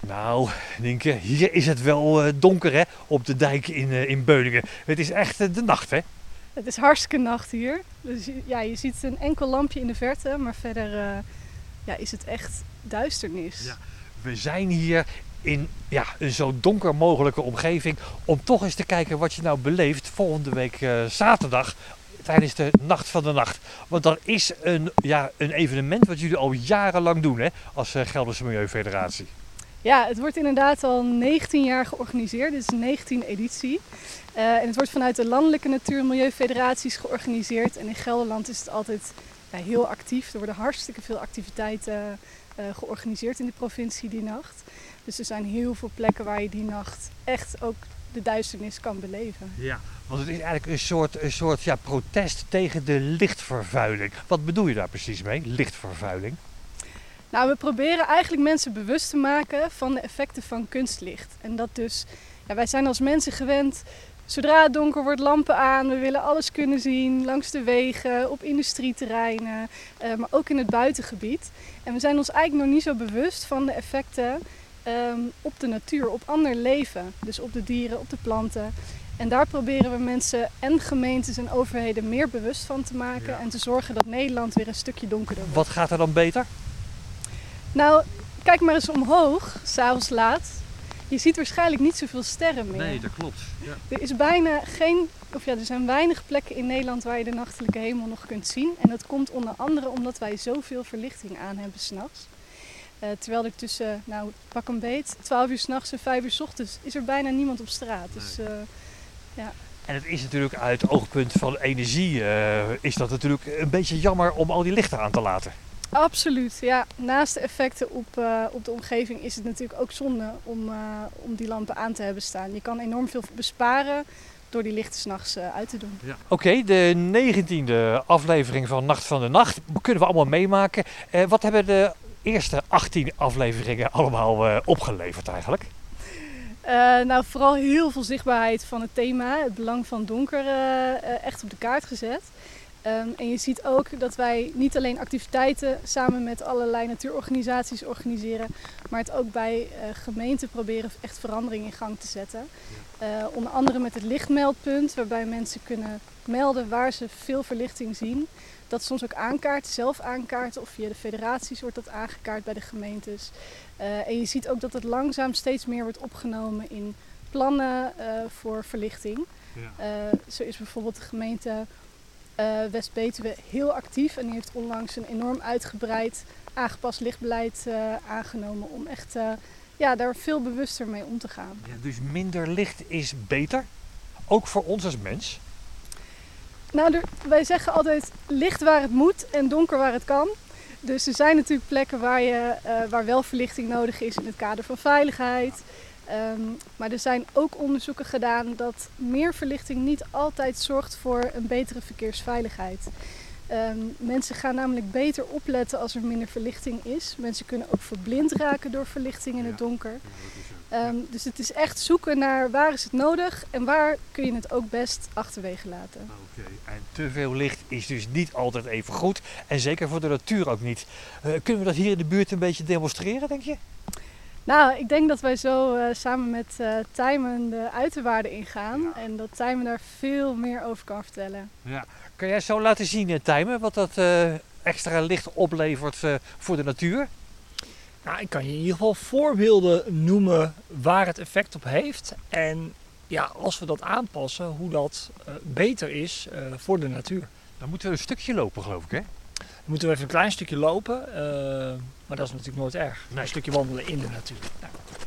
Nou, Nienke, hier is het wel donker hè, op de dijk in Beuningen. Het is echt de nacht hè? Het is hartstikke nacht hier. Dus ja, je ziet een enkel lampje in de verte, maar verder is het echt duisternis. Ja. We zijn hier in een zo donker mogelijke omgeving om toch eens te kijken wat je nou beleeft volgende week zaterdag tijdens de Nacht van de Nacht. Want dat is een evenement wat jullie al jarenlang doen hè, als Gelderse Milieufederatie. Ja, het wordt inderdaad al 19 jaar georganiseerd. Dit is de 19e editie. En het wordt vanuit de landelijke natuur- en milieufederaties georganiseerd. En in Gelderland is het altijd heel actief. Er worden hartstikke veel activiteiten georganiseerd in de provincie die nacht. Dus er zijn heel veel plekken waar je die nacht echt ook de duisternis kan beleven. Ja, want het is eigenlijk een soort protest tegen de lichtvervuiling. Wat bedoel je daar precies mee, lichtvervuiling? Nou, we proberen eigenlijk mensen bewust te maken van de effecten van kunstlicht. En dat dus, wij zijn als mensen gewend, zodra het donker wordt, lampen aan. We willen alles kunnen zien, langs de wegen, op industrieterreinen, maar ook in het buitengebied. En we zijn ons eigenlijk nog niet zo bewust van de effecten op de natuur, op ander leven. Dus op de dieren, op de planten. En daar proberen we mensen en gemeentes en overheden meer bewust van te maken. En te zorgen dat Nederland weer een stukje donkerder wordt. Wat gaat er dan beter? Nou, kijk maar eens omhoog, 's avonds laat. Je ziet waarschijnlijk niet zoveel sterren meer. Nee, dat klopt. Ja. Er zijn weinig plekken in Nederland waar je de nachtelijke hemel nog kunt zien. En dat komt onder andere omdat wij zoveel verlichting aan hebben 's nachts. Terwijl er tussen, pak een beet, 12 uur 's nachts en 5 uur 's ochtends is er bijna niemand op straat. Nee. Dus, ja. En het is natuurlijk uit het oogpunt van energie is dat natuurlijk een beetje jammer om al die lichten aan te laten. Absoluut, ja. Naast de effecten op de omgeving is het natuurlijk ook zonde om die lampen aan te hebben staan. Je kan enorm veel besparen door die lichten 's nachts uit te doen. Ja. Oké, de 19e aflevering van Nacht van de Nacht kunnen we allemaal meemaken. Wat hebben de eerste 18 afleveringen allemaal opgeleverd eigenlijk? Vooral heel veel zichtbaarheid van het thema, het belang van donker, echt op de kaart gezet. En je ziet ook dat wij niet alleen activiteiten samen met allerlei natuurorganisaties organiseren, maar het ook bij gemeenten proberen echt verandering in gang te zetten. Onder andere met het lichtmeldpunt, waarbij mensen kunnen melden waar ze veel verlichting zien. Dat soms ook aankaarten, zelf aankaarten, of via de federaties wordt dat aangekaart bij de gemeentes. En je ziet ook dat het langzaam steeds meer wordt opgenomen in plannen voor verlichting. Ja. Zo is bijvoorbeeld de gemeente West-Betuwe heel actief en die heeft onlangs een enorm uitgebreid aangepast lichtbeleid aangenomen om echt daar veel bewuster mee om te gaan. Ja, dus minder licht is beter, ook voor ons als mens? Nou, wij zeggen altijd licht waar het moet en donker waar het kan. Dus er zijn natuurlijk plekken waar wel verlichting nodig is in het kader van veiligheid. Maar er zijn ook onderzoeken gedaan dat meer verlichting niet altijd zorgt voor een betere verkeersveiligheid. Mensen gaan namelijk beter opletten als er minder verlichting is. Mensen kunnen ook verblind raken door verlichting in het donker. Dus het is echt zoeken naar waar is het nodig en waar kun je het ook best achterwege laten. Oké. En te veel licht is dus niet altijd even goed en zeker voor de natuur ook niet. Kunnen we dat hier in de buurt een beetje demonstreren, denk je? Nou, ik denk dat wij zo samen met Tijmen de uiterwaarden ingaan en dat Tijmen daar veel meer over kan vertellen. Ja. Kan jij zo laten zien, Tijmen, wat dat extra licht oplevert voor de natuur? Nou, ik kan je in ieder geval voorbeelden noemen waar het effect op heeft. En ja, als we dat aanpassen, hoe dat beter is voor de natuur. Dan moeten we een stukje lopen, geloof ik, hè? Dan moeten we even een klein stukje lopen, maar dat is natuurlijk nooit erg. Nee. Een stukje wandelen in de natuur. Nou.